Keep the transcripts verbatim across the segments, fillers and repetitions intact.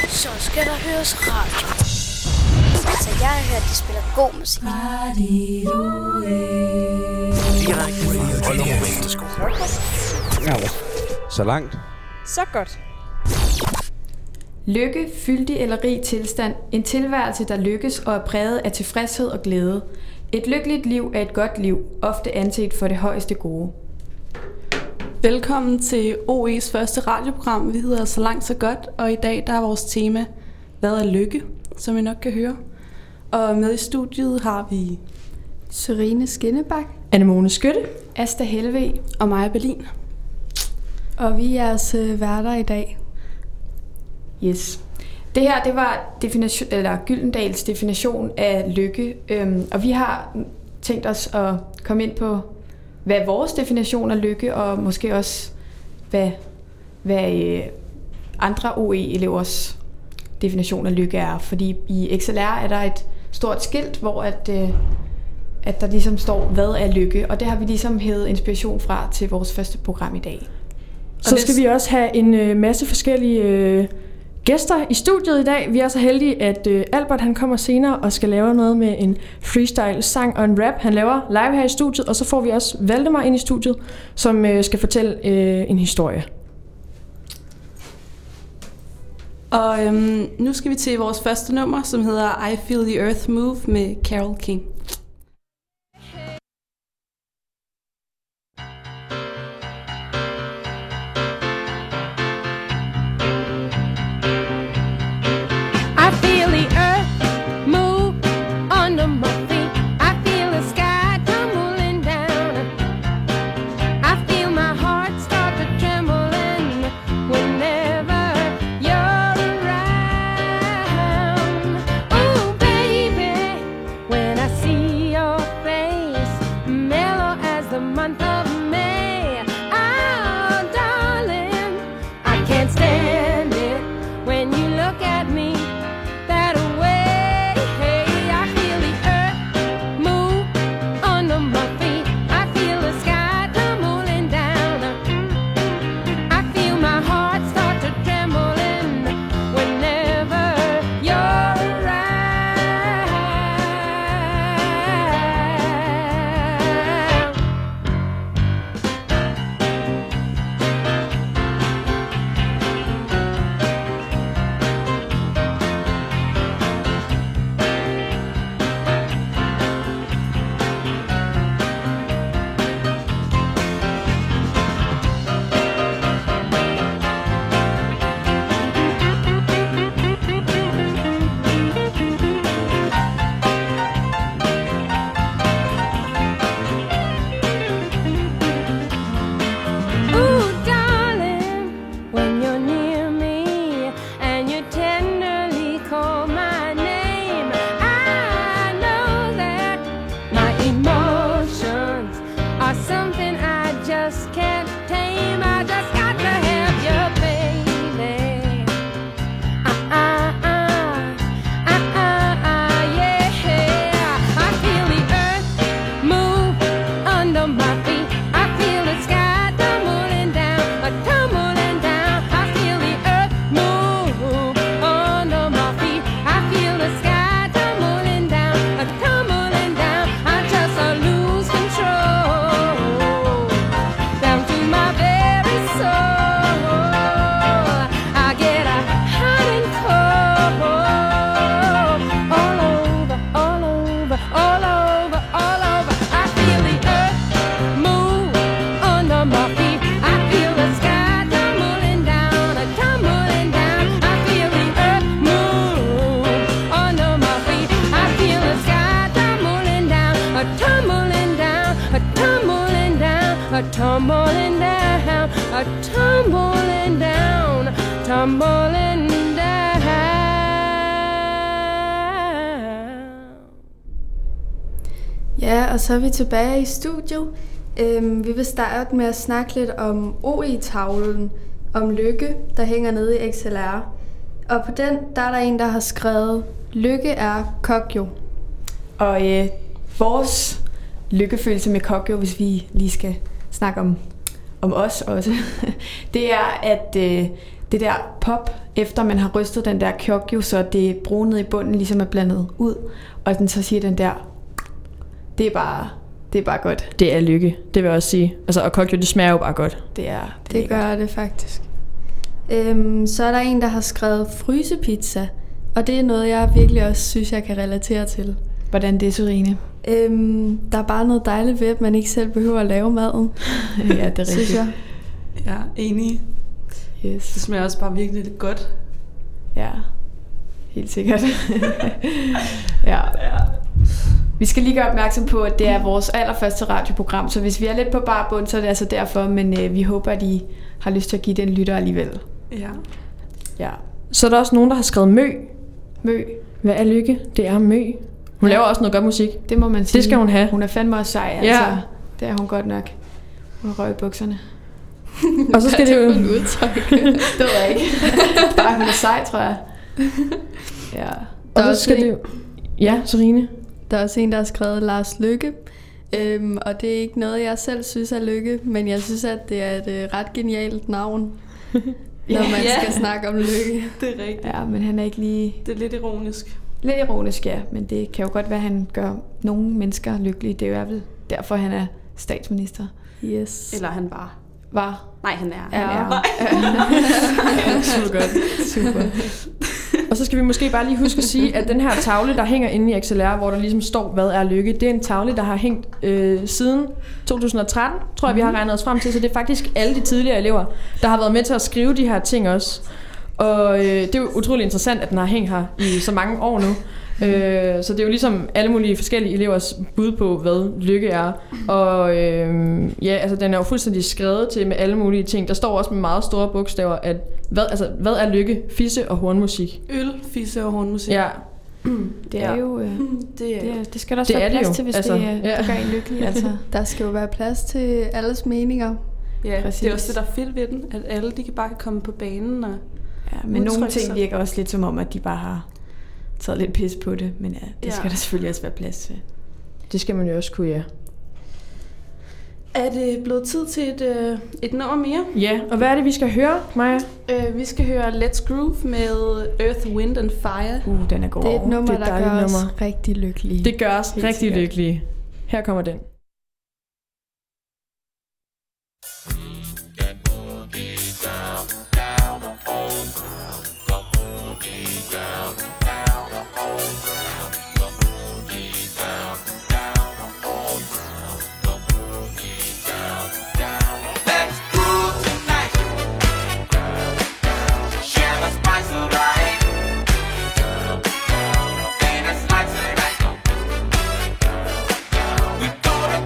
Så skal der høres radio. Altså, jeg har hørt, de spiller god musik. Radio. Så langt. Så godt. Lykke, fyldig eller rig tilstand. En tilværelse, der lykkes og er præget af tilfredshed og glæde. Et lykkeligt liv er et godt liv, ofte anset for det højeste gode. Velkommen til O E's første radioprogram. Vi hedder Så langt så godt, og i dag der er vores tema, hvad er lykke, som I nok kan høre. Og med i studiet har vi Serine Skinnebak, Anemone Skytte, Asta Helve og Maja Berlin. Og vi er jeres øh, værter i dag. Yes. Det her, det var definition, eller Gyldendals definition af lykke, øhm, og vi har tænkt os at komme ind på, hvad vores definition af lykke, og måske også, hvad, hvad øh, andre O E-elevers definition af lykke er. Fordi i X L R er der et stort skilt, hvor at, øh, at der ligesom står, hvad er lykke, og det har vi ligesom hævet inspiration fra til vores første program i dag. Så skal vi også have en øh, masse forskellige øh, gæster i studiet i dag. Vi er så heldige, at øh, Albert han kommer senere og skal lave noget med en freestyle sang og en rap. Han laver live her i studiet, og så får vi også Valdemar ind i studiet, som øh, skal fortælle øh, en historie. Og øhm, nu skal vi til vores første nummer, som hedder I Feel the Earth Move med Carole King. Tumbling down, a tumbling down, tumbling down. Ja, og så er vi tilbage i studiet. Øhm, vi vil starte med at snakke lidt om O E-tavlen, om lykke, der hænger nede i X L R. Og på den, der er der en, der har skrevet, lykke er kokjo. Og øh, vores lykkefølelse med kokjo, hvis vi lige skal snakke om, om os også, det er, at øh, det der pop, efter man har rystet den der kjokjo, så det brune i bunden ligesom er blandet ud, og den så siger den der, det er bare, det er bare godt. Det er lykke, det vil jeg også sige. Altså, og kjokjo, det smager jo bare godt. Det er det, Det gør det faktisk. Øhm, så er der en, der har skrevet frysepizza, og det er noget, jeg virkelig også synes, jeg kan relatere til. Hvordan det er, Serine? Øhm, der er bare noget dejligt ved, at man ikke selv behøver at lave maden. Ja, det er rigtigt. Synes jeg. Ja, enig. Yes. Det smager også bare virkelig lidt godt. Ja, helt sikkert. Ja. Vi skal lige gøre opmærksom på, at det er vores allerførste radioprogram, så hvis vi er lidt på bar bund, så er det altså derfor, men øh, vi håber, at I har lyst til at give den lytter alligevel. Ja. Ja. Så er der også nogen, der har skrevet mø. Mø. Hvad er lykke? Det er mø. Hun Ja. laver også noget godt musik. Det må man sige. Det skal hun have. Hun er fandme også sej, Ja. altså. Det er hun godt nok. Hun har røg i bukserne. Og så skal det jo... en udtryk. Det ved jeg ikke. Bare hun er sej, tror jeg. Ja. Og Der er så skal også det jo... Ja, Serine. Der er også en, der har skrevet Lars Lykke. Øhm, og det er ikke noget, jeg selv synes er lykke, men jeg synes, at det er et øh, ret genialt navn, når man Ja. skal snakke om lykke. Det er rigtigt. Ja, men han er ikke lige... Det er lidt ironisk. Lidt ironisk, ja. Men det kan jo godt være, at han gør nogle mennesker lykkelige. Det er jo vel derfor, han er statsminister. Yes. Eller han var. Var. Nej, han er. Ja. Han er. Ja, super godt. Super. Og så skal vi måske bare lige huske at sige, at den her tavle, der hænger inde i X L R, hvor der ligesom står, hvad er lykke, det er en tavle, der har hængt øh, siden to tusind og tretten, tror jeg, vi har regnet os frem til. Så det er faktisk alle de tidligere elever, der har været med til at skrive de her ting også. Og øh, det er jo utrolig interessant, at den har hængt her i så mange år nu. Øh, så det er jo ligesom alle mulige forskellige elevers bud på, hvad lykke er. Og øh, ja, altså den er jo fuldstændig skrevet til med alle mulige ting. Der står også med meget store bogstaver, at hvad, altså, hvad er lykke? Fisse og hornmusik. Øl, fisse og hornmusik. Ja, Det er Ja. jo... Øh, Det er... det, er, det skal der også Det være er det plads jo. til, hvis Altså, altså, det, øh, ja. det gør en lykkelig. Altså. Der skal jo være plads til alles meninger. Ja, Præcis. det er også det, der er fedt ved den, at alle de kan bare komme på banen. Og... Ja, men nogle Udtryk ting sig. virker også lidt som om, at de bare har taget lidt pis på det. Men ja, det Ja. skal der selvfølgelig også være plads til. det skal man jo også kunne, ja. Er det blevet tid til et, øh, et nummer mere? Ja, og hvad er det, vi skal høre, Maja? Øh, vi skal høre Let's Groove med Earth, Wind and Fire. Uh, den er god. Det er et nummer, det er et der gør dejligt os nummer. rigtig lykkelige. Det gør os Helt rigtig sikkert. lykkelige. Her kommer den. We gonna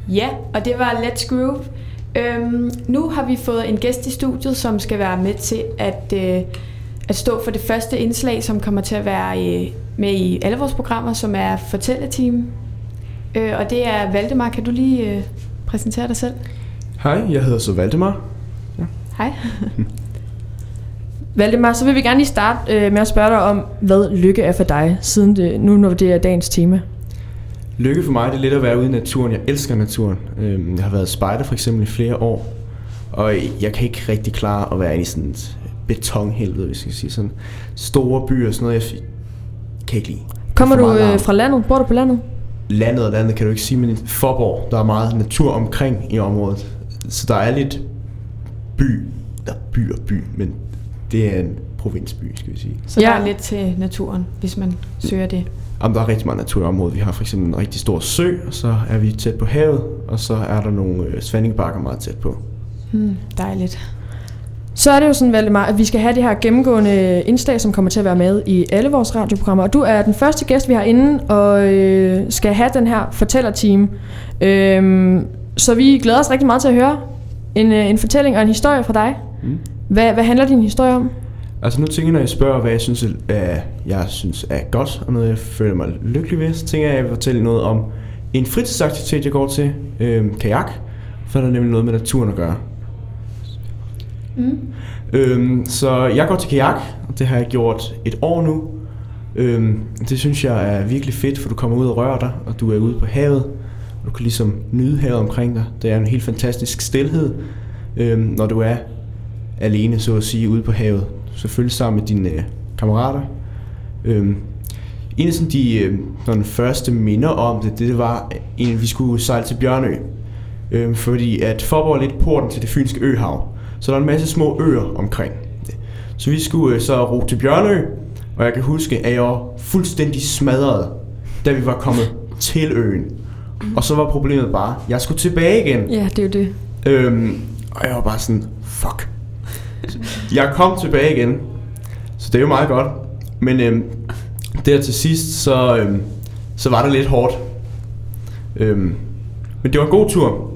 Ja, og det var Let's Groove. Øhm, nu har vi fået en gæst i studiet, som skal være med til at, øh, at stå for det første indslag, som kommer til at være øh, med i alle vores programmer, som er Fortælleteam. Øh, og det er Valdemar. Kan du lige øh, præsentere dig selv? Hej, jeg hedder så Valdemar. Ja. Hej. Valdemar, så vil vi gerne lige starte øh, med at spørge dig om, hvad lykke er for dig, siden det, nu når det er dagens tema. Lykke for mig, det er lidt at være ude i naturen. Jeg elsker naturen. Jeg har været spejder for eksempel i flere år, og jeg kan ikke rigtig klare at være inde i sådan et betonhelvede, hvis jeg skal sige sådan. Store byer og sådan noget, jeg kan ikke lide. Kommer du øh, fra landet? Bor du på landet? Landet og landet kan du ikke sige, men i Fåborg, der er meget natur omkring i området. Så der er lidt by, der er by og by, men det er en provinsby, skal vi sige. Så ja. Der er lidt til naturen, hvis man søger det? Jamen, der er rigtig meget natur i området. Vi har for eksempel en rigtig stor sø, og så er vi tæt på havet, og så er der nogle øh, svandingbakker meget tæt på. Hmm, dejligt. Så er det jo sådan, Valdemar, at vi skal have det her gennemgående indslag, som kommer til at være med i alle vores radioprogrammer. Og du er den første gæst, vi har inde, og øh, skal have den her fortællerteam. Øhm, så vi glæder os rigtig meget til at høre en, øh, en fortælling og en historie fra dig. Mm. Hvad, hvad handler din historie om? Altså nu tænker jeg, når jeg spørger, hvad jeg synes er, jeg synes er godt, og noget jeg føler mig lykkelig ved, så tænker jeg, at jeg vil fortælle noget om en fritidsaktivitet, jeg går til, øhm, kajak, for der er nemlig noget med naturen at gøre. Mm. Øhm, så jeg går til kajak, og det har jeg gjort et år nu. Øhm, det synes jeg er virkelig fedt, for du kommer ud og rører dig, og du er ude på havet, og du kan ligesom nyde havet omkring dig. Det er en helt fantastisk stilhed, øhm, når du er alene, så at sige, ude på havet. Selvfølgelig sammen med dine øh, kammerater. Øhm, en af sådan de øh, sådan første minder om det, det var, at vi skulle sejle til Bjørnø. Øhm, fordi at Fåborg er lidt porten til det fynske øhav. Så der er en masse små øer omkring. Så vi skulle øh, så ro til Bjørnø, og jeg kan huske, at jeg var fuldstændig smadret, da vi var kommet til øen. Og så var problemet bare, at jeg skulle tilbage igen. Ja, det er jo det. Øhm, og jeg var bare sådan, fuck. Jeg kom tilbage igen, så det er jo meget godt. Men øhm, der til sidst, så, øhm, så var det lidt hårdt. Øhm, men det var en god tur.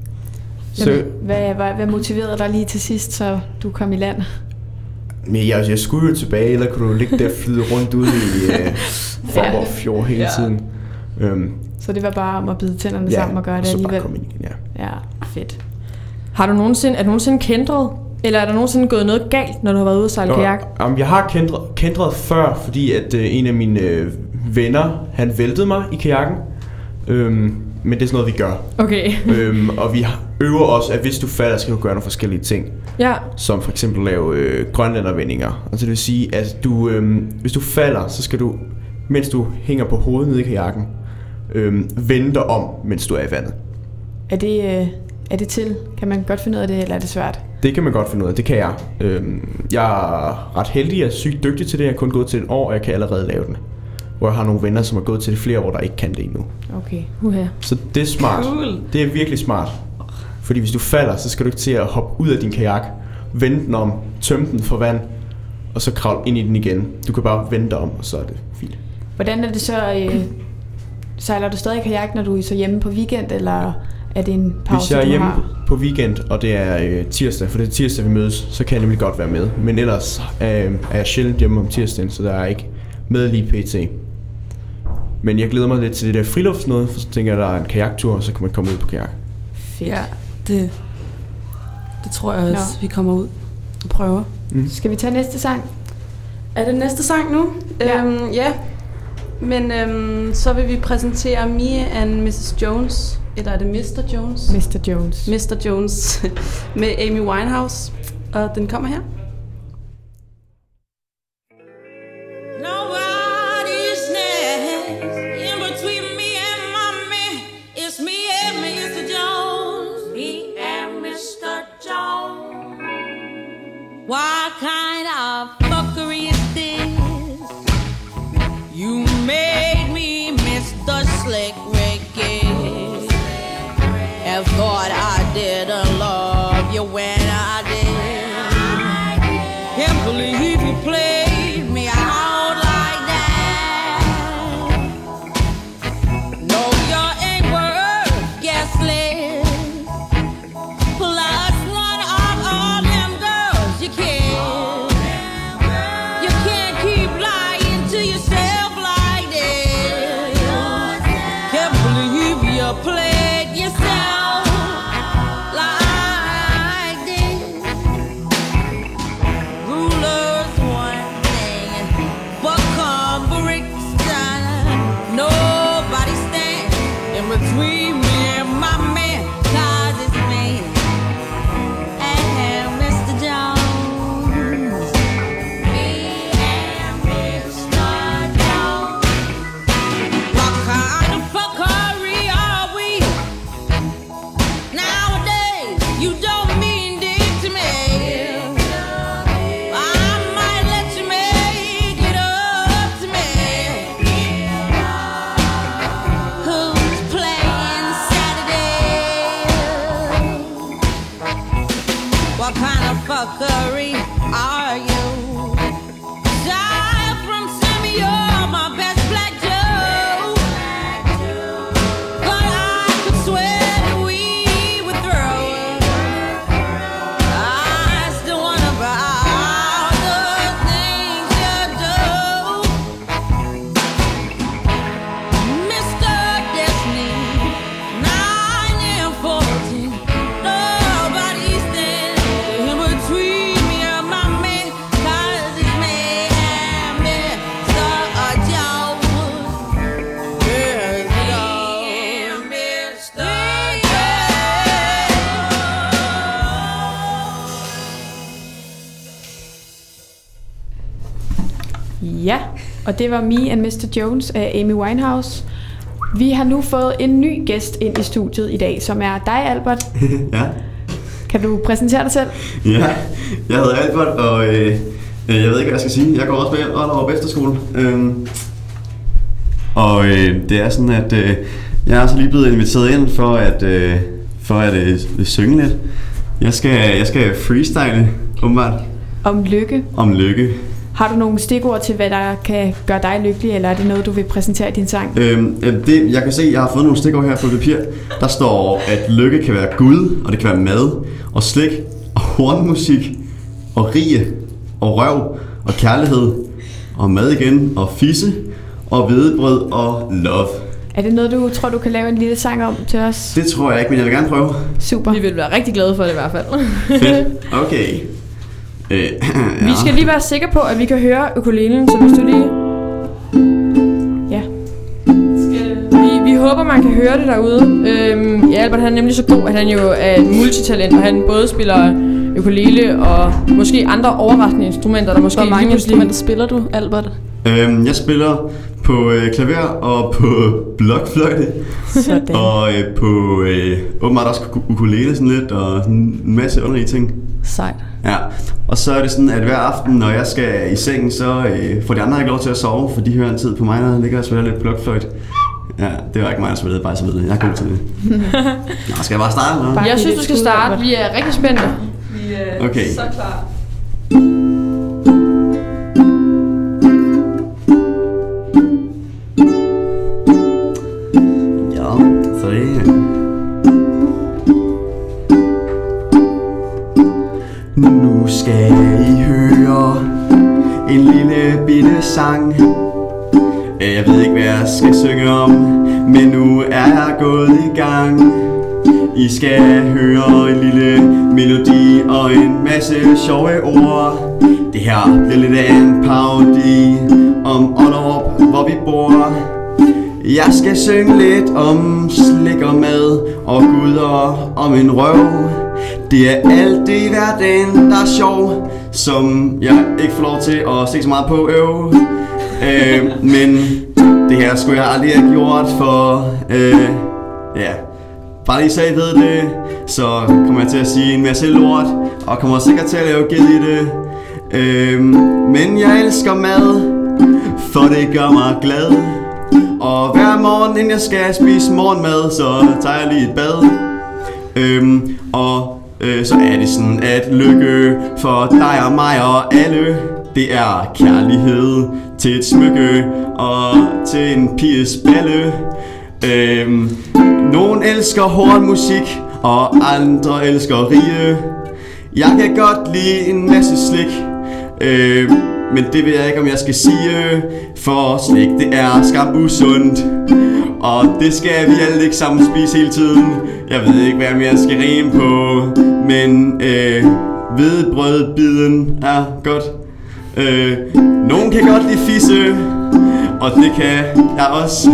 Så, Jamen, hvad, hvad, hvad motiverede dig lige til sidst, så du kom i land? Men jeg, jeg skulle jo tilbage, eller kunne du ligge der og flyde rundt ude i øh, Fåborg Fjord hele ja. tiden. Øhm, så det var bare om at bide tænderne ja, sammen og gøre det alligevel? Ja, og så bare komme ind igen, ja. Ja, fedt. Har du nogensinde, er du nogensinde kændret? Eller er der nogensinde gået noget galt, når du har været ude og sejle kajak? Um, jeg har kændret, kændret før, fordi at øh, en af mine øh, venner, han væltede mig i kajakken. Øhm, men det er sådan noget, vi gør. Okay. øhm, og vi øver også, at hvis du falder, skal du gøre nogle forskellige ting. Ja. Som for eksempel lave øh, grønlændervendinger. Altså det vil sige, at du, øh, hvis du falder, så skal du, mens du hænger på hovedet nede i kajakken, øh, vende dig om, mens du er i vandet. Er det, øh, er det til? Kan man godt finde ud af det, eller er det svært? Det kan man godt finde ud af. Det kan jeg. Øh, jeg er ret heldig, jeg er sygt dygtig til det. Jeg har kun gået til et år, og jeg kan allerede lave den. Hvor jeg har nogle venner, som har gået til det flere år, der ikke kan det endnu. Okay. Uh-huh. Så det er smart. Cool. Det er virkelig smart. Fordi hvis du falder, så skal du ikke til at hoppe ud af din kajak, vende den om, tømme den for vand, og så kravle ind i den igen. Du kan bare vende dig om, og så er det fint. Hvordan er det så? Øh, sejler du stadig kajak, når du er så hjemme på weekend, eller er det en pause, Hvis jeg er hjemme har? på weekend, og det er øh, tirsdag, for det er tirsdag, vi mødes, så kan jeg nemlig godt være med. Men ellers øh, er jeg sjældent hjemme om tirsdagen, så der er ikke med lige pt. Men jeg glæder mig lidt til det der friluftsnøde, for så tænker jeg, at der er en kajaktur, og så kan man komme ud på kajak. Fedt. Ja, det, det tror jeg også, Nå. vi kommer ud og prøver. Mm. Skal vi tage næste sang? Er det næste sang nu? Ja. Øhm, ja. Men øhm, så vil vi præsentere Mia and missus Jones. Eller er det mister Jones? mister Jones. mister Jones med Amy Winehouse. Og den kommer her. What kind of fuckery is this? You made me Mister Slick Ricky. I thought I didn't love you when I did. Ja, og det var Me and mister Jones af Amy Winehouse. Vi har nu fået en ny gæst ind i studiet i dag, som er dig, Albert. Ja. Kan du præsentere dig selv? Ja, jeg hedder Albert, og øh, jeg ved ikke, hvad jeg skal sige. Jeg går også med Ollerup Efterskole. Øhm, og øh, det er sådan, at øh, jeg er så lige blevet inviteret ind for at, øh, for at øh, synge lidt. Jeg skal, jeg skal freestyle, åbenbart. Om lykke. Om lykke. Har du nogle stikord til, hvad der kan gøre dig lykkelig, eller er det noget, du vil præsentere i din sang? Øhm, det, jeg kan se, jeg har fået nogle stikord her på papir. Der står, at lykke kan være Gud, og det kan være mad, og slik, og hornmusik, og rige, og røv, og kærlighed, og mad igen, og fisse, og hvedebrød, og love. Er det noget, du tror, du kan lave en lille sang om til os? Det tror jeg ikke, men jeg vil gerne prøve. Super. Vi vil være rigtig glade for det i hvert fald. Fedt. Okay. Øh, ja. Vi skal lige være sikre på, at vi kan høre ukulelen, så hvis du lige... Ja. Vi, vi håber, man kan høre det derude. Øhm, ja, Albert han er nemlig så god, at han jo er et multitalent, og han både spiller ukulele og måske andre overraskende instrumenter, der måske... Hvor mange instrumenter spiller du, Albert? Øhm, jeg spiller på øh, klaver og på blokfløjte. Sådan. Og øh, på øh, åbenbart også ukulele sådan lidt, og sådan en masse underlige ting. Sejt. Ja, og så er det sådan, at hver aften, når jeg skal i sengen, så øh, får de andre ikke lov til at sove, for de hører en tid på mig, der ligger og spiller lidt blokfløjte. Ja, det var ikke mig, der spillede, bare så ved det. Jeg er god til det. Nå, skal jeg bare starte, eller? Jeg synes, du skal starte. Vi er rigtig spændte. Vi er okay. så klar. Så det nu skal I høre en lille bitte sang. Jeg ved ikke, hvad jeg skal synge om, men nu er jeg gået i gang. I skal høre en lille melodi og en masse sjove ord. Det her bliver lidt af en parodi om Ollerup, hvor vi bor. Jeg skal synge lidt om slik og mad og Gud og om en røv. Det er alt det i hverdagen, der er sjov, som jeg ikke får lov til at se så meget på øv. øh, Men det her skulle jeg aldrig have gjort, for øh, ja, bare lige så I ved det, så kommer jeg til at sige en masse lort, og kommer sikkert til at lave ged i det. øh, Men jeg elsker mad, for det gør mig glad. Og hver morgen, inden jeg skal spise morgenmad, så tager jeg lige et bad. øhm, Og øh, så er det sådan, at lykke for dig og mig og alle, det er kærlighed til et smykke og til en piges balle. øhm, Nogen elsker hornmusik, og andre elsker rige. Jeg kan godt lide en masse slik, øh, men det ved jeg ikke, om jeg skal sige, for slik, det er skam usundt, og det skal vi alle ikke sammen spise hele tiden. Jeg ved ikke, hvad mere jeg skal rime på, men øh, hvedebrødbiden er godt. øh, Nogen kan godt lide fisse, og det kan jeg også.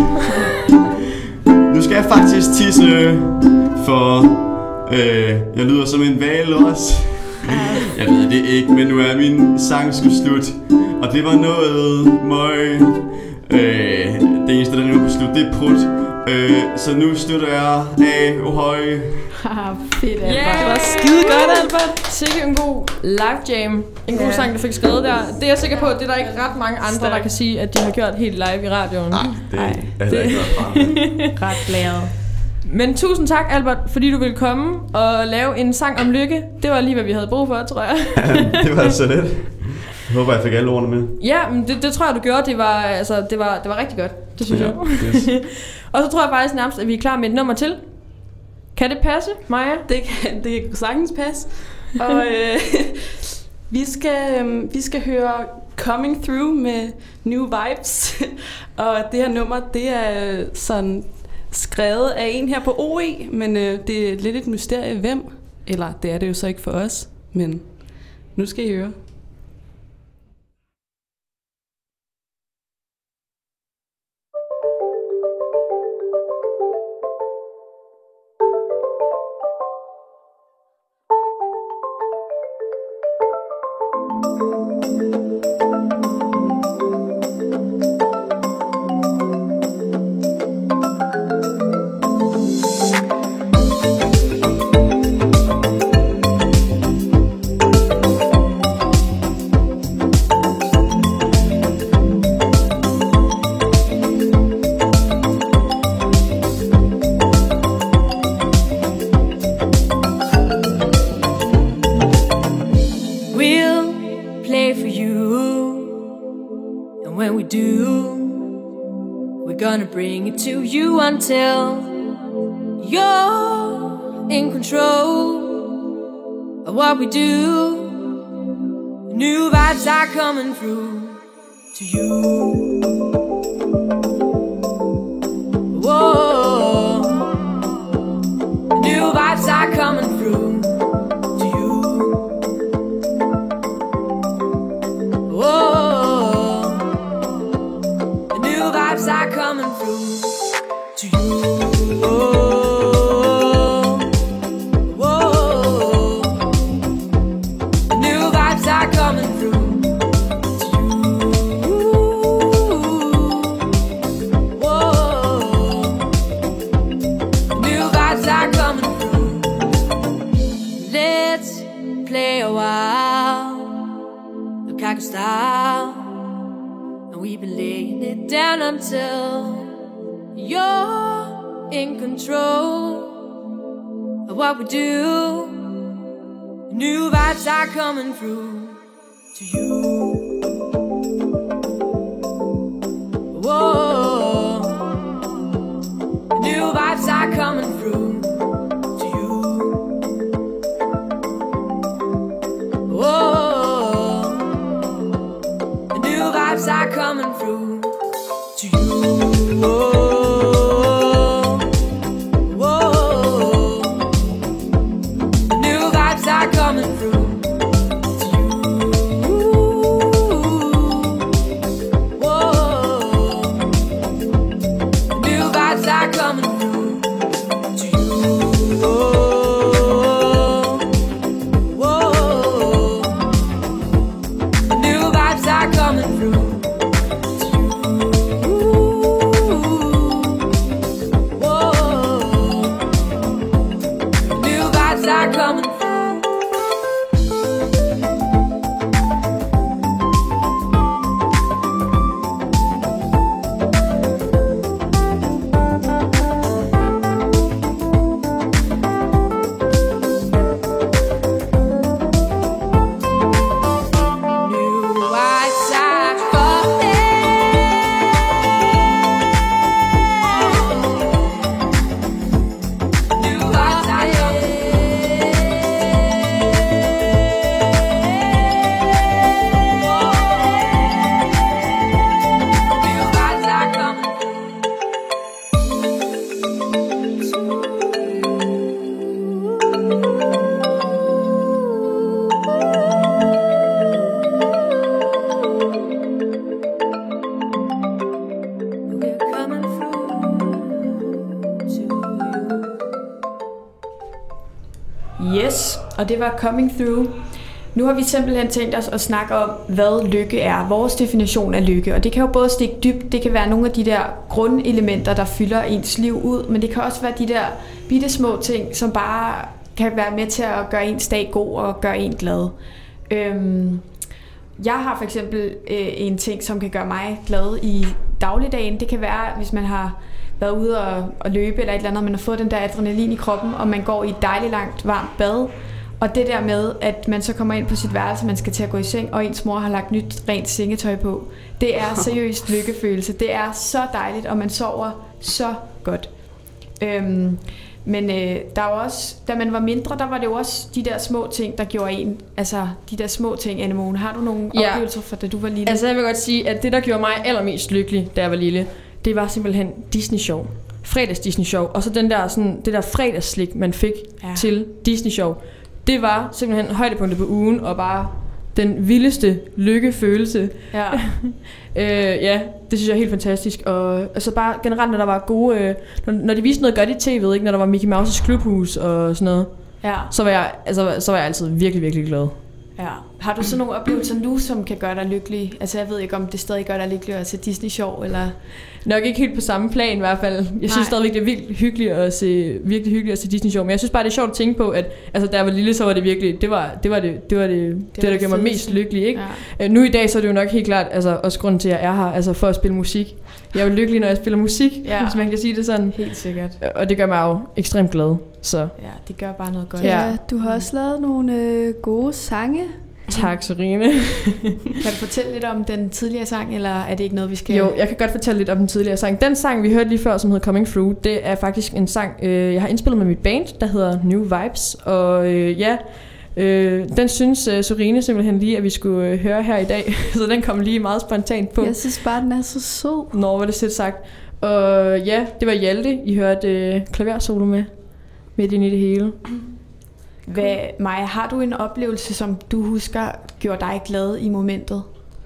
Nu skal jeg faktisk tisse, for øh, jeg lyder som en hval også. Jeg ved det ikke, men nu er min sang sgu slut, og det var noget møg. øh, Det eneste, der nu er på slut, det er prut. øh, Så nu slutter jeg af. Ohøj. Haha, fedt, Albert. Yeah. Det var skide godt, Albert. Sikke en god live jam. En god Ja. sang, du fik skrevet der. Det er jeg sikker på, det er der ikke ret mange andre, Stærk. der kan sige, at de har gjort helt live i radioen. Nej, det Ej, er heller ikke noget fra. Ret glad. Men tusind tak, Albert, fordi du ville komme og lave en sang om lykke. Det var lige, hvad vi havde brug for, tror jeg. Det var så let. Jeg håber, jeg fik alle ordene med. Ja, men det, det tror jeg, du gjorde. Det var, altså, det var, det var rigtig godt. Det synes Ja, jeg. yes. Og så tror jeg faktisk nærmest, at vi er klar med et nummer til. Kan det passe, Maja? Det kan, det kan sagtens passe. Og øh, vi, skal, øh, vi skal høre Coming Through med New Vibes. Og det her nummer, det er sådan skrevet af en her på O E, men øh, det er lidt et mysterie, hvem. Eller det er det jo så ikke for os, men nu skal I høre. And when we do, we're gonna bring it to you until you're in control of what we do. New vibes are coming through to you. Whoa. New vibes are coming through to you. Whoa. New vibes are coming through to you. Whoa. Whoa. New vibes are coming through. Style, and we've been laying it down until you're in control of what we do. New vibes are coming through to you. Whoa. New vibes are coming through to you. Whoa. Vibes are coming through to you. Whoa, whoa. New vibes are coming through to you. Whoa. New vibes are coming through to you. Whoa, whoa. New vibes are coming through. Yes, og det var Coming Through. Nu har vi simpelthen tænkt os at snakke om, hvad lykke er. Vores definition af lykke. Og det kan jo både stikke dybt, det kan være nogle af de der grundelementer, der fylder ens liv ud, men det kan også være de der bitte små ting, som bare kan være med til at gøre ens dag god og gøre en glad. Øhm, jeg har for eksempel øh, en ting, som kan gøre mig glad i dagligdagen. Det kan være, hvis man har været ude og, og løbe eller et eller andet, og man har fået den der adrenalin i kroppen, og man går i et dejligt langt varmt bad. Og det der med, at man så kommer ind på sit værelse, man skal til at gå i seng, og ens mor har lagt nyt rent sengetøj på. Det er seriøst lykkefølelse. Det er så dejligt, og man sover så godt. Øhm, men øh, der var også, da man var mindre, der var det jo også de der små ting, der gjorde en. Altså de der små ting, Anemone. Har du nogle ja. oplevelser fra, da du var lille? Altså jeg vil godt sige, at det, der gjorde mig allermest lykkelig, da jeg var lille, det var simpelthen Disney-show. Fredags Disney-show. Og så den der, sådan, det der fredagsslik, man fik ja. til Disney-show. Det var simpelthen højdepunktet på ugen, og bare den vildeste lykkefølelse. Ja. øh, ja, det synes jeg er helt fantastisk. Og altså bare generelt, når der var gode, øh, når, når de viste noget godt i tv'et, ikke, når der var Mickey Mouse's Klubhus og sådan noget, ja. så, var jeg, altså, så var jeg altid virkelig, virkelig glad. Ja. Har du så nogle oplevelser nu, som kan gøre dig lykkelig? Altså jeg ved ikke, om det stadig gør dig lykkelig at se Disney-show, eller... Nok ikke helt på samme plan i hvert fald. Jeg synes Nej. stadigvæk, det er virkelig hyggeligt at se, virkelig hyggeligt at se Disney-show. Men jeg synes bare, det er sjovt at tænke på, at altså, da jeg var lille, så var det virkelig, det var det, var det, det, var det, det, det, det der gjorde mig mest lykkelig. Ikke? Ja. Nu i dag, så er det jo nok helt klart, altså, også grunden til, at jeg er her, altså for at spille musik. Jeg er jo lykkelig, når jeg spiller musik, ja. hvis man kan sige det sådan. Helt sikkert. Og det gør mig jo ekstremt glad. Så. Ja, det gør bare noget godt. Ja, du har også lavet nogle øh, gode sange. Tak, Serine. Kan du fortælle lidt om den tidligere sang, eller er det ikke noget, vi skal... Jo, jeg kan godt fortælle lidt om den tidligere sang. Den sang, vi hørte lige før, som hedder Coming Through, det er faktisk en sang, øh, jeg har indspillet med mit band, der hedder New Vibes. Og øh, ja, øh, den synes øh, Serine simpelthen lige, at vi skulle øh, høre her i dag. Så den kom lige meget spontant på. Jeg synes bare, den er så sød. Nå, var det sødt sagt. Og ja, det var Hjalte, I hørte øh, klaversolo med. Midt ind i det hele. Hvad, Maja, har du en oplevelse, som du husker, gjorde dig glad i momentet?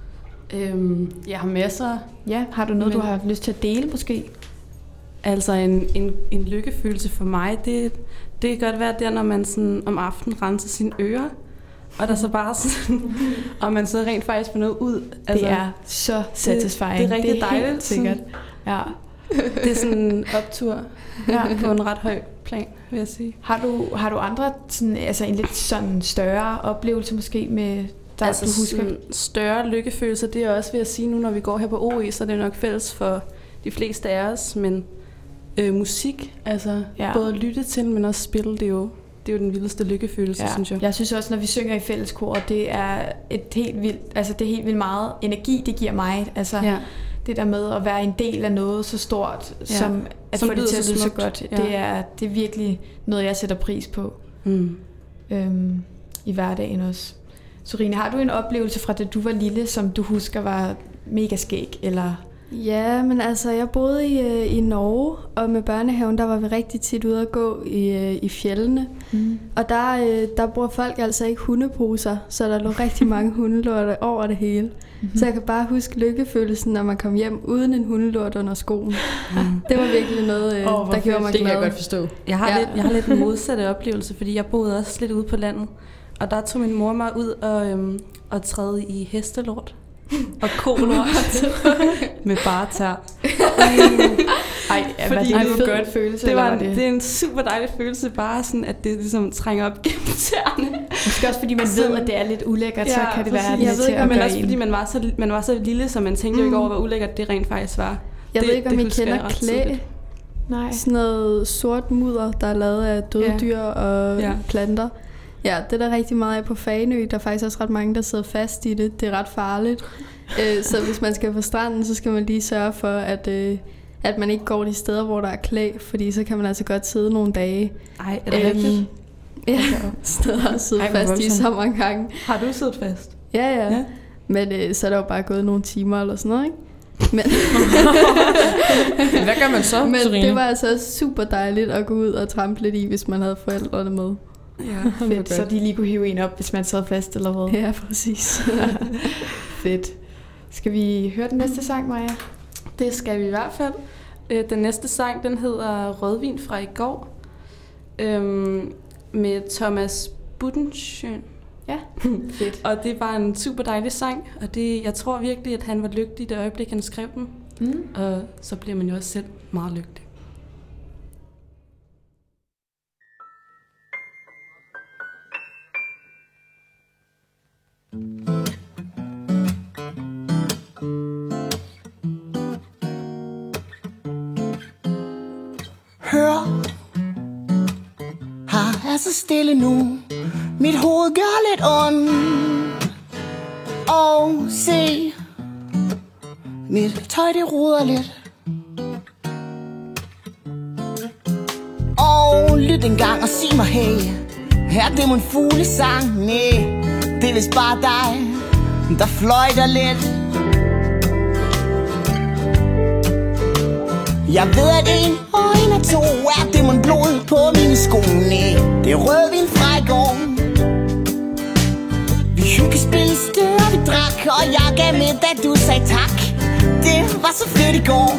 Øhm, jeg har masser. Ja, har du noget, Men- du har lyst til at dele måske? Altså en, en, en lykkefølelse for mig, det, det kan godt være der, når man sådan om aftenen renser sine ører, og der så bare sådan, og man så rent faktisk får noget ud. Altså, det er så satisfying. Det er rigtig det er dejligt. helt sikkert. Ja. Det er sådan en optur Ja. på en ret høj plan, vil jeg sige. Har du, har du andre, sådan, altså en lidt sådan større oplevelse måske med, der Altså du husker? sådan større lykkefølelser, det er også ved at sige nu, når vi går her på O E, så er det nok fælles for de fleste af os, men øh, musik, altså Ja. ja. både at lytte til, men også spille, det er jo, det er jo den vildeste lykkefølelse, Ja. synes jeg. Jeg synes også, når vi synger i fælleskor, det er et helt vildt, altså det er helt vildt meget energi, det giver mig. Altså Ja. det der med at være en del af noget så stort, ja. som at Som få det lyder til at så lyde så smukt. godt, Ja. det, er, det er virkelig noget, jeg sætter pris på Mm. øhm, i hverdagen også. Sorine, har du en oplevelse fra da du var lille, som du husker var mega skæg, eller... Ja, men altså, jeg boede i, øh, i Norge, og med børnehaven, der var vi rigtig tit ude at gå i, øh, i fjellene. Mm. Og der, øh, der bruger folk altså ikke hundeposer, så der lå rigtig mange hundelorte over det hele. Mm-hmm. Så jeg kan bare huske lykkefølelsen, når man kom hjem uden en hundelort under skoen. Mm. Det var virkelig noget, øh, Åh, hvor der gjorde fedt. mig Det glad. kan jeg godt forstå. Jeg har, Ja. ja. lidt, jeg har lidt en modsatte oplevelse, fordi jeg boede også lidt ude på landet. Og der tog min mor mig ud og, øhm, og træde i hestelort og kolort med bare tær. Ej, ja, Fordi var det det- en godt følelse, Det, eller var var en, det? det er en super dejlig følelse, bare sådan, at det ligesom trænger op gennem tæerne. Måske også fordi man Sådan- ved, at det er lidt ulækkert, så kan det være præcis. lidt Jeg ved til ikke, at men gøre også en. fordi man var, så, man var så lille, så man tænkte jo ikke over, hvor ulækkert det rent faktisk var. Jeg det, ved ikke, om det I husker jeg kender ret klæ. tydeligt. Nej. Sådan noget sort mudder, der er lavet af døde Ja. dyr og Ja. planter. Ja, det er der rigtig meget af på Fanø. Der er faktisk også ret mange, der sidder fast i det. Det er ret farligt. Øh, så hvis man skal på stranden, så skal man lige sørge for, at, øh, at man ikke går de steder, hvor der er klæ, fordi så kan man altså godt sidde nogle dage. Ej, er det rigtigt? Ja, steder at sidde Ej, hvor fast i voldsomt. så mange gange. Har du siddet fast? Ja, ja. Ja. ja. Men øh, så er der jo bare gået nogle timer eller sådan noget, ikke? Men, Hvad gør man så, men Serine? det var altså også super dejligt at gå ud og trampe lidt i, hvis man havde forældrene med. Ja. Fedt, så de lige kunne hive en op, hvis man sad fast eller hvad. Ja, præcis. Fedt. Skal vi høre den næste sang, Maja? Det skal vi i hvert fald. Øh, Den næste sang, den hedder Rødvin fra i går. Øhm, med Thomas Budensjøen. Ja, fedt. Og det var en super dejlig sang, og det, jeg tror virkelig, at han var lykkelig i det øjeblik, han skrev den. Mm. Og så bliver man jo også selv meget lykkelig. Hør, her er så stille nu. Mit hoved gør lidt ondt. Og se, mit tøj det ruder lidt. Og lyt en gang og sig mig hey, er det mon fuglesang? Næh, det er vist bare dig, der fløjter lidt. Jeg ved at en og en og to er det mon blod på mine sko. Næh, det er rødvin fra i går. Vi hyggespiste og vi drak, og jeg gav med da du sagde tak. Det var så fedt i går.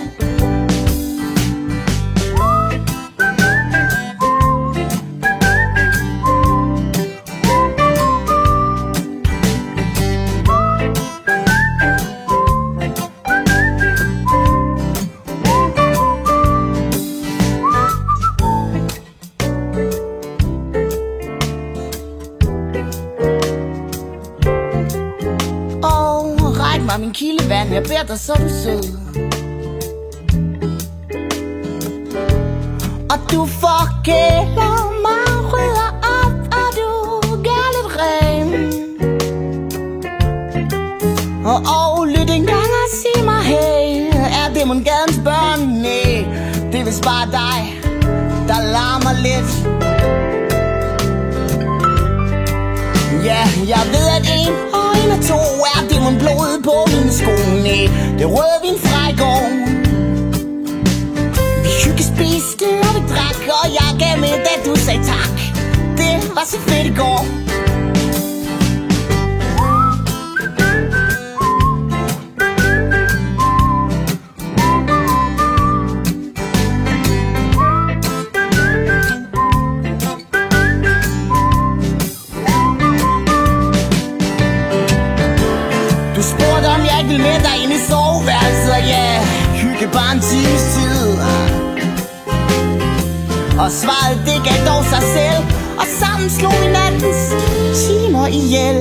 Min kildevand, jeg beder dig så du sød. Og du forgælder mig, rydder op, og du gør lidt ren. Og, og lyt en gang og sig mig, hey, er det mon gadens børn? Nej, det er vist bare dig, der larmer lidt. Ja, jeg ved at en og en og to er det mon blodet på mine sko. Nej, det røde vin fra i går. Vi hyggespiste og vi drak, og jeg gav med, da du sagde tak. Det var så fedt i går. Med dig ind i soveværelset, og ja, hygge bare en times tid. Og svaret, det gav dog sig selv, og sammen slog vi nattens timer ihjel.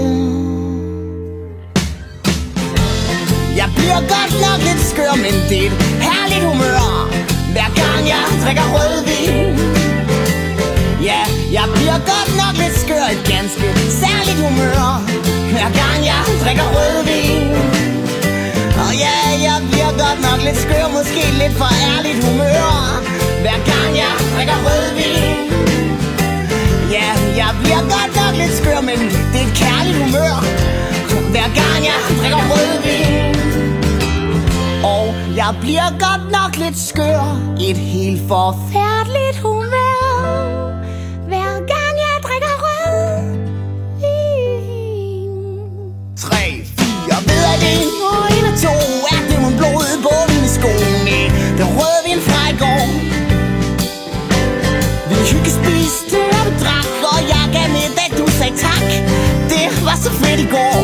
Jeg bliver godt nok lidt skør, men det er et herligt humør, hver gang jeg drikker rødvin. Ja, jeg bliver godt nok lidt skør, et ganske særligt humør, hver gang jeg drikker rødvin. Og ja, jeg bliver godt nok lidt skør, måske lidt for ærligt humør, hver gang jeg drikker rødvin. Ja, jeg bliver godt nok lidt skør, men det er et kærligt humør, hver gang jeg drikker rødvin. Og jeg bliver godt nok lidt skør, et helt forfærdeligt humør, hver gang jeg drikker rødvin. Tre, fire, ved at en og en og to er det mon blodet på mine sko. Nej, det røde vin fra i går. Vi hyggespiste og vi drak, og jeg gav med, da du sagde tak. Det var så fedt i går.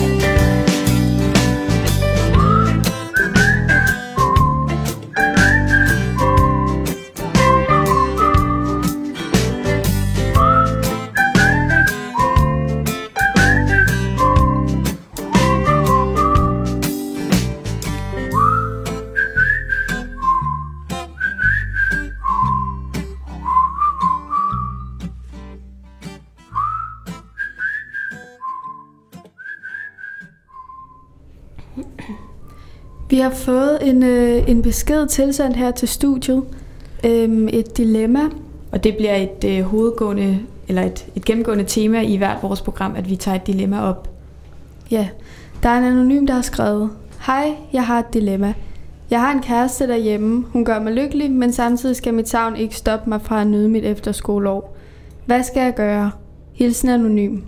Vi har fået en, øh, en besked tilsendt her til studiet. Øhm, et dilemma. Og det bliver et øh, hovedgående, eller et, et gennemgående tema i hvert vores program, at vi tager et dilemma op. Ja, der er en anonym, der har skrevet: Hej, jeg har et dilemma. Jeg har en kæreste derhjemme. Hun gør mig lykkelig, men samtidig skal mit savn ikke stoppe mig fra at nyde mit efterskoleår. Hvad skal jeg gøre? Hilsen anonym.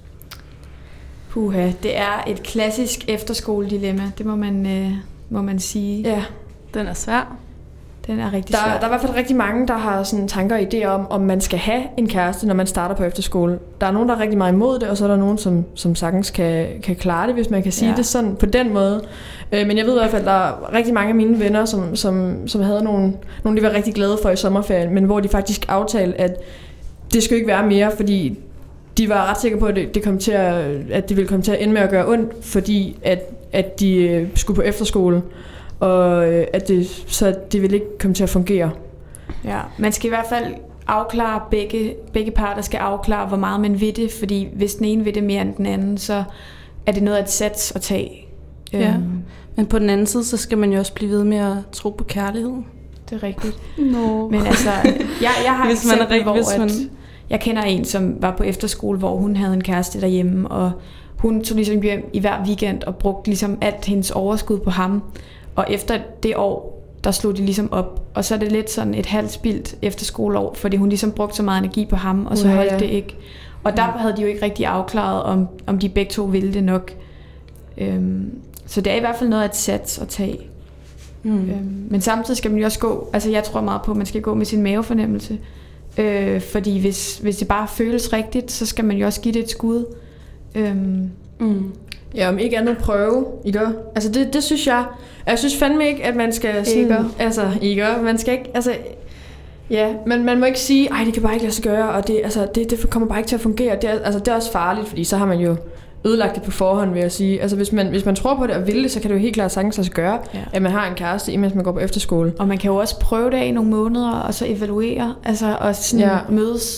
Puha, det er et klassisk efterskoledilemma, det må man, øh, må man sige. Ja, den er svær. Den er rigtig der, svær. Der er i hvert fald rigtig mange, der har sådan tanker og idéer om, om man skal have en kæreste, når man starter på efterskole. Der er nogen, der er rigtig meget imod det, og så er der nogen, som, som sagtens kan, kan klare det, hvis man kan sige ja. det sådan på den måde. Øh, men jeg ved i hvert fald, at der er rigtig mange af mine venner, som, som, som havde nogle, nogle, de var rigtig glade for i sommerferien, men hvor de faktisk aftalte, at det skulle ikke være mere, fordi de var ret sikre på, at det, det kom til at, at det ville komme til at ende med at gøre ondt, fordi at, at de skulle på efterskole, og at det, så det ville ikke komme til at fungere. Ja, man skal i hvert fald afklare, begge, begge parter skal afklare, hvor meget man vil det, fordi hvis den ene vil det mere end den anden, så er det noget at sats at tage. Ja. Um, Men på den anden side, så skal man jo også blive ved med at tro på kærlighed. Det er rigtigt. No. Men altså, jeg, jeg har hvis man er rigtig, hvor hvis man... at, jeg kender en, som var på efterskole, hvor hun havde en kæreste derhjemme, og hun tog ligesom hjem i hver weekend og brugte ligesom alt hendes overskud på ham. Og efter det år, der slog de ligesom op. Og så er det lidt sådan et halvt spildt efterskoleår, fordi hun ligesom brugte så meget energi på ham, og så ja, holdt ja. det ikke. Og der havde de jo ikke rigtig afklaret, om, om de begge to ville det nok. Øhm, så det er i hvert fald noget at satse og tage. Mm. Øhm, men samtidig skal man jo også gå, altså jeg tror meget på, at man skal gå med sin mavefornemmelse. Øh, fordi hvis, hvis det bare føles rigtigt, så skal man jo også give det et skud. Øhm, mm. Ja, om ikke andet prøve, ikke? Altså det, det synes jeg, jeg synes fandme ikke, at man skal sådan, ikke. altså ikke, man skal ikke, altså ja, men man må ikke sige, ej, det kan bare ikke lade sig gøre, og det, altså, det, det kommer bare ikke til at fungere. Det er, altså, det er også farligt, fordi så har man jo ødelagt det på forhånd, vil jeg sige. Altså hvis man, hvis man tror på det og vil det, så kan det jo helt klart sagtens lade sig gøre, ja. At man har en kæreste, imens man går på efterskole. Og man kan jo også prøve det i nogle måneder, og så evaluere, altså og sådan ja. mødes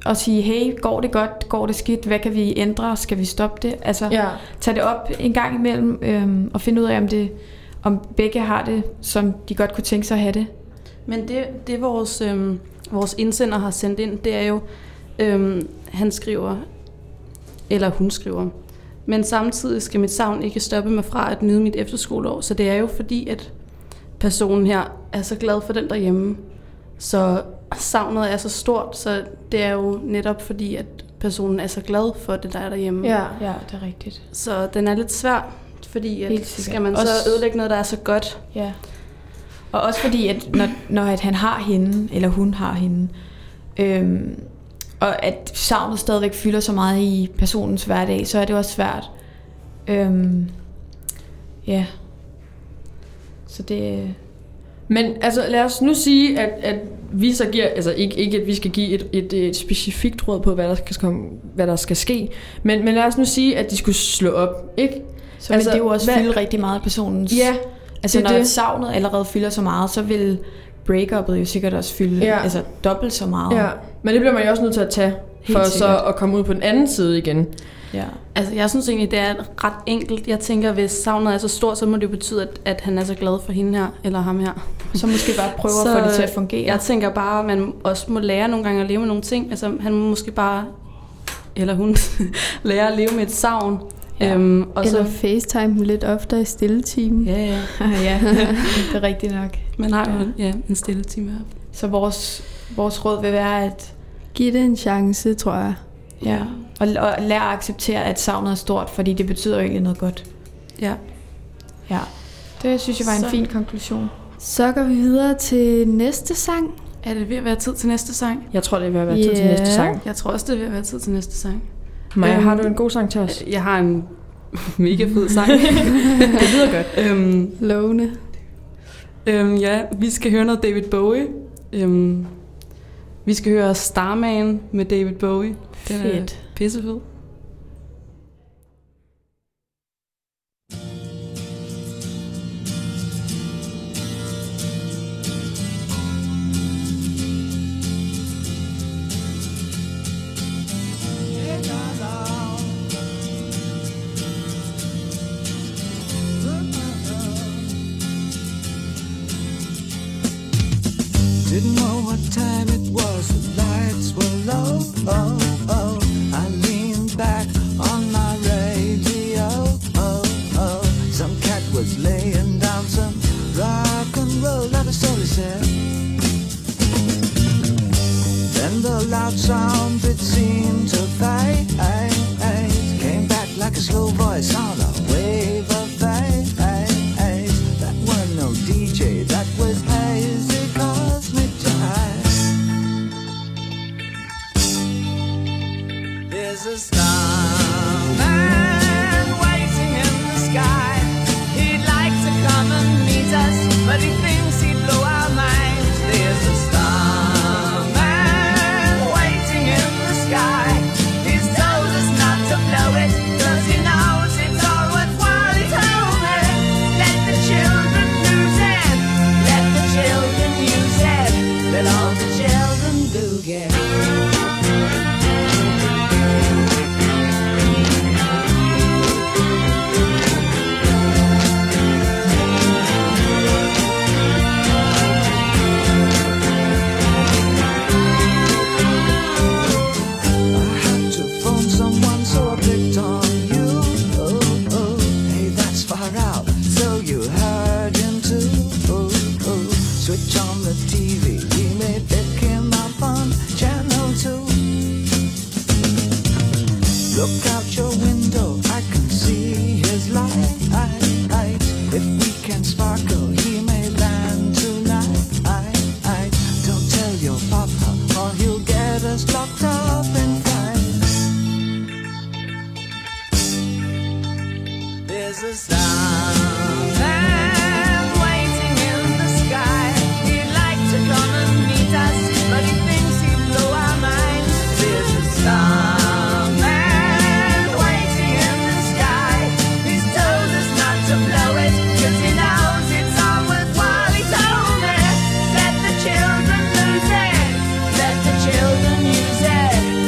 og sige, hey, går det godt, går det skidt, hvad kan vi ændre, skal vi stoppe det? Altså, Ja. tage det op en gang imellem, øhm, og finde ud af, om, det, om begge har det, som de godt kunne tænke sig at have det. Men det, det vores, øhm, vores indsender har sendt ind, det er jo, øhm, han skriver, eller hun skriver, men samtidig skal mit savn ikke stoppe mig fra at nyde mit efterskoleår, så det er jo fordi, at personen her er så glad for den derhjemme, så savnet er så stort, så det er jo netop fordi, at personen er så glad for det, der er derhjemme. Ja. Ja, det er rigtigt. Så den er lidt svær, fordi at Helt sikkert. skal man så Også- ødelægge noget, der er så godt. Ja. Og også fordi, at når, når at han har hende, eller hun har hende, øhm, og at savnet stadigvæk fylder så meget i personens hverdag, så er det også svært. Øhm, ja. Så det... Men altså, lad os nu sige, at, at vi så giver, altså ikke, ikke at vi skal give et, et, et specifikt råd på, hvad der skal, komme, hvad der skal ske, men, men lad os nu sige, at de skulle slå op, ikke? Så altså, vil det jo også fylde rigtig meget af personens... Ja, altså det er når det. savnet allerede fylder så meget, så vil break-up'et jo sikkert også fylde Ja. altså, dobbelt så meget. Ja, men det bliver man jo også nødt til at tage, Helt for sikkert. så at komme ud på den anden side igen. Ja. Altså, jeg synes egentlig, det er ret enkelt. Jeg tænker, hvis savnet er så stort, så må det jo betyde, at, at han er så glad for hende her, eller ham her. Så måske bare prøve Så, at få det til at fungere. Jeg tænker bare, at man også må lære nogle gange at leve med nogle ting. Altså, han må måske bare, eller hun, lære at leve med et savn. Ja. Øhm, og Eller så, FaceTime dem lidt oftere i stilletimen. ja, ja. ja, det er rigtigt nok. Man har jo ja, en stille time her. Så vores, vores råd vil være, at Giv det en chance, tror jeg. ja, og, og lære at acceptere, at savnet er stort, fordi det betyder jo egentlig noget godt. Ja. Ja, det synes jeg var en Så- fin konklusion. Så går vi videre til næste sang. Er det ved at være tid til næste sang? Jeg tror, det er ved at være tid til Ja. næste sang. Jeg tror også, det er ved at være tid til næste sang. Maja, Øhm, har du en god sang til os? Jeg har en mega fed sang. Det lyder godt. øhm, Lovende. øhm, ja, vi skal høre noget David Bowie. Øhm, vi skal høre Starman med David Bowie. Den er Fedt. pissefed. Didn't know what time it was, the lights were low. Oh, oh. I leaned back on my radio. Oh, oh. Some cat was laying down some rock and roll, like a story said. Then the loud sound, it seemed to fade. Came back like a slow voice on a wave of fade. That weren't no D J, that was hazy cosmic jive. There's a starman waiting in the sky. He'd like to come and meet us, but he thinks he'd blow our minds. There's a starman waiting in the sky. He's told us not to blow it, 'cause he knows it's all worthwhile. He told me, let the children lose it, let the children use it, let all the children do get. I had to phone someone, so I picked on you. Oh, oh, hey, that's far out, so you heard him too. Oh, oh, switch on the T V, we may pick him up on channel two. Look out your window, I can see his light. If we can sparkle, he may land tonight. Don't tell your papa, or he'll get us locked up in fights. There's a starman waiting in the sky. He'd like to come and meet us, but he thinks he'd blow our minds. There's a starman waiting in the sky. He's told us not to blow it, 'cause he knows it's all worthwhile. He told me, let the children lose it, let the children use it,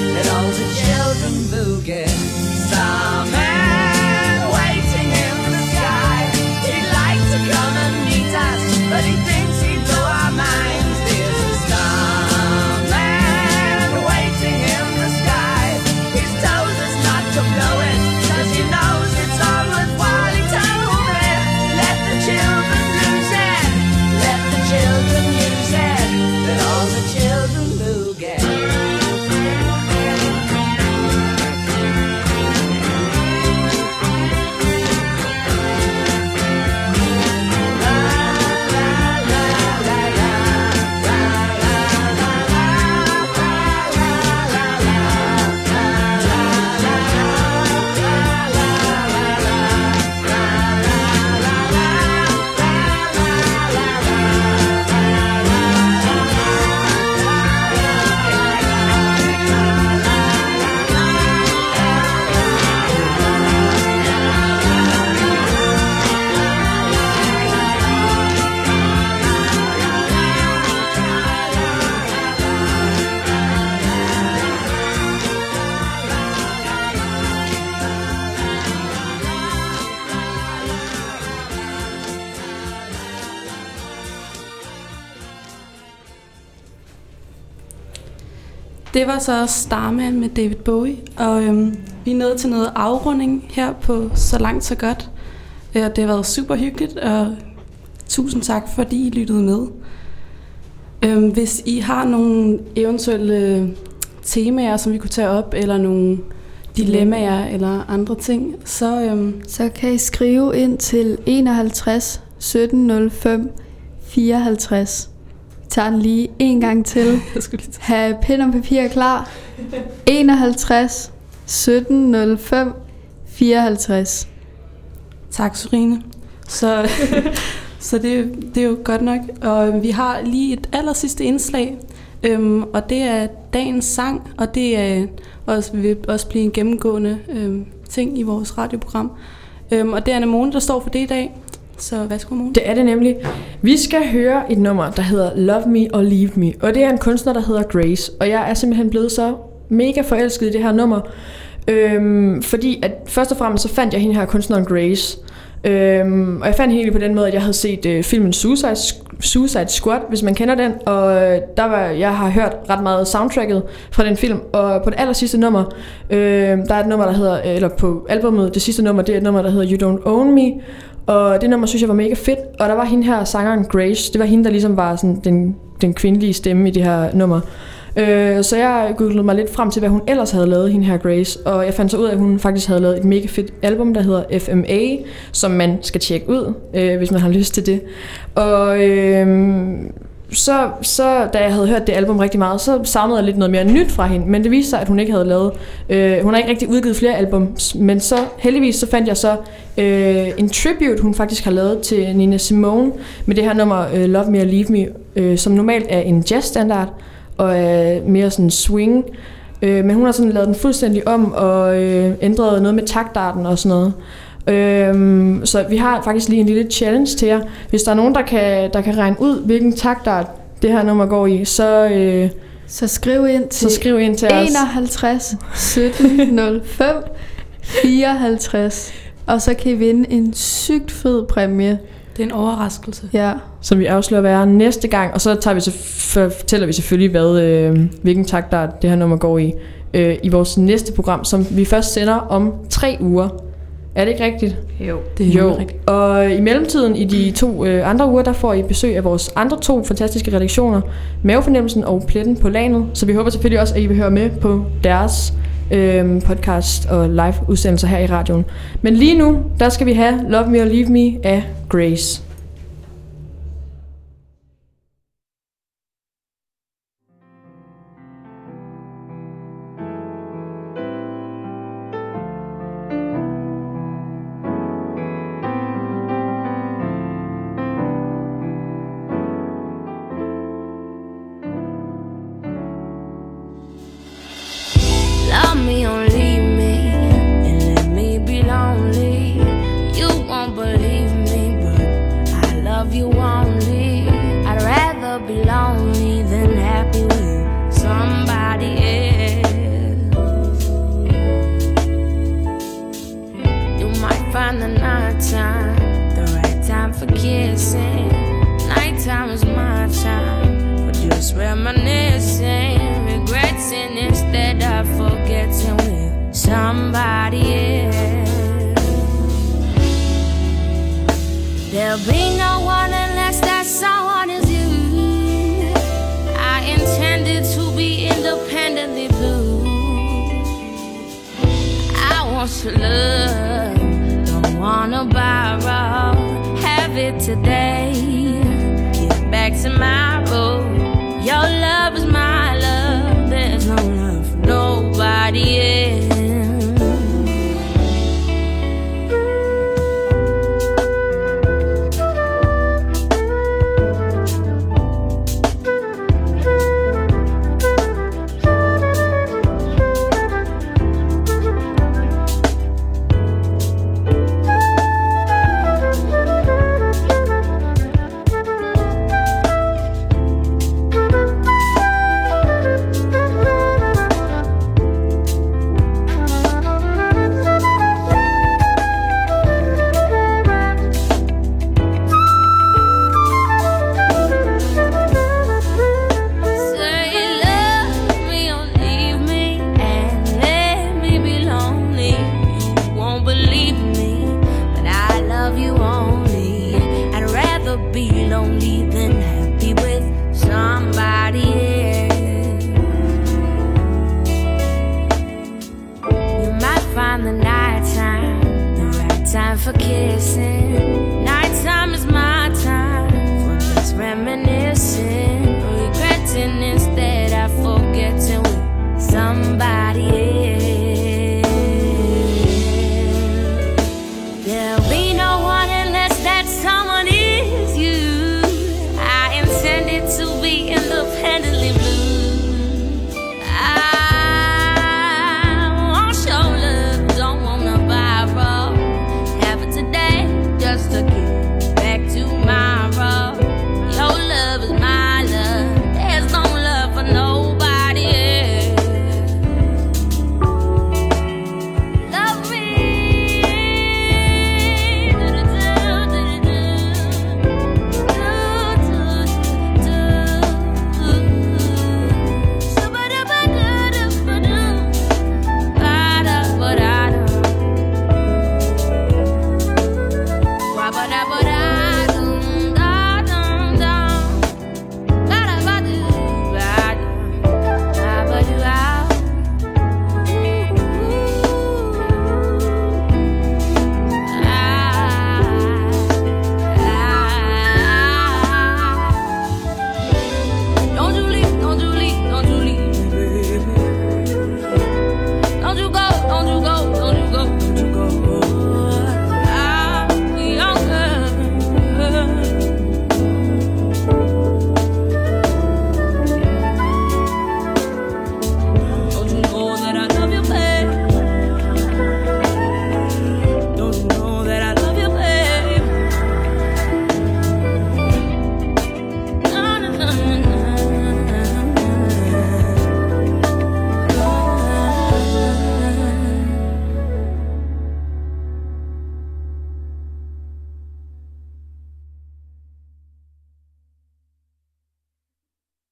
Det var så Starman med David Bowie, og øhm, vi er nået til noget afrunding her på Så Langt Så Godt. Ja, det har været super hyggeligt, og tusind tak, fordi I lyttede med. Øhm, hvis I har nogle eventuelle temaer, som vi kunne tage op, eller nogle dilemmaer eller andre ting, så... Øhm, så kan I skrive ind til enoghalvtreds sytten nul fem fireoghalvtreds. Vi tager den lige en gang til. Ha' pen og papir klar. enoghalvtreds sytten nul fem fireoghalvtreds. Tak, Surine. Så, så det, det er jo godt nok. Og vi har lige et aller sidste indslag, øhm, og det er dagens sang, og det er også, vil også blive en gennemgående øhm, ting i vores radioprogram. Øhm, og det er Anemone, der står for det i dag. Så værsgo, Mone. Det er det nemlig. Vi skal høre et nummer, der hedder Love Me or Leave Me, og det er en kunstner, der hedder Grace. Og jeg er simpelthen blevet så mega forelsket i det her nummer, øhm, fordi at først og fremmest så fandt jeg hende her kunstneren Grace. Øhm, og jeg fandt hende på den måde, at jeg havde set øh, filmen Suicide, Suicide Squad, hvis man kender den, og øh, der var, jeg har hørt ret meget soundtracket fra den film, og på det aller sidste nummer, øh, der er et nummer, der hedder, eller på albumet, det sidste nummer, det er et nummer, der hedder You Don't Own Me, og det nummer synes jeg var mega fedt, og der var hende her, sangeren Grace, det var hende, der ligesom var sådan den, den kvindelige stemme i det her nummer. Øh, så jeg googlede mig lidt frem til, hvad hun ellers havde lavet, hende her Grace, og jeg fandt så ud af, at hun faktisk havde lavet et mega fedt album, der hedder F M A, som man skal tjekke ud, øh, hvis man har lyst til det. Og øh, så, så da jeg havde hørt det album rigtig meget, så savnede jeg lidt noget mere nyt fra hende, men det viste sig, at hun ikke havde lavet, øh, hun har ikke rigtig udgivet flere albums, men så heldigvis så fandt jeg så øh, en tribute, hun faktisk har lavet til Nina Simone, med det her nummer øh, Love Me or Leave Me, øh, som normalt er en jazzstandard, og er mere sådan swing, øh, men hun har sådan lavet den fuldstændig om og øh, ændret noget med taktarten og sådan noget. Øh, så vi har faktisk lige en lille challenge til jer. Hvis der er nogen, der kan, der kan regne ud, hvilken taktart det her nummer går i, så øh, så skriv ind til, så skriv ind til enoghalvtreds sytten nul fem fireoghalvtreds, og så kan I vinde en sygt fed præmie. Det er en overraskelse. Ja. Som vi afslører være næste gang, og så tager vi så fortæller vi selvfølgelig, hvad, øh, hvilken taktart det her nummer går i, øh, i vores næste program, som vi først sender om tre uger. Er det ikke rigtigt? Jo, det er jo rigtigt. Og i mellemtiden, i de to øh, andre uger, der får I besøg af vores andre to fantastiske redaktioner, Mavefornemmelsen og Pletten på Lanet. Så vi håber selvfølgelig også, at I vil høre med på deres øh, podcast og live udsendelser her i radioen. Men lige nu, der skal vi have Love Me or Leave Me af Grace. Love me or leave me, and let me be lonely. You won't believe me, but I love you only. I'd rather be lonely than happy with somebody else. You might find the night time the right time for kissing. Nighttime is my time for just reminiscing, regretting instead of forgetting with somebody else. There'll be no one unless that someone is you. I intended to be independently blue. I want to love, don't wanna borrow. Have it today, get back to my road. Your love is my love, there's no love for nobody else.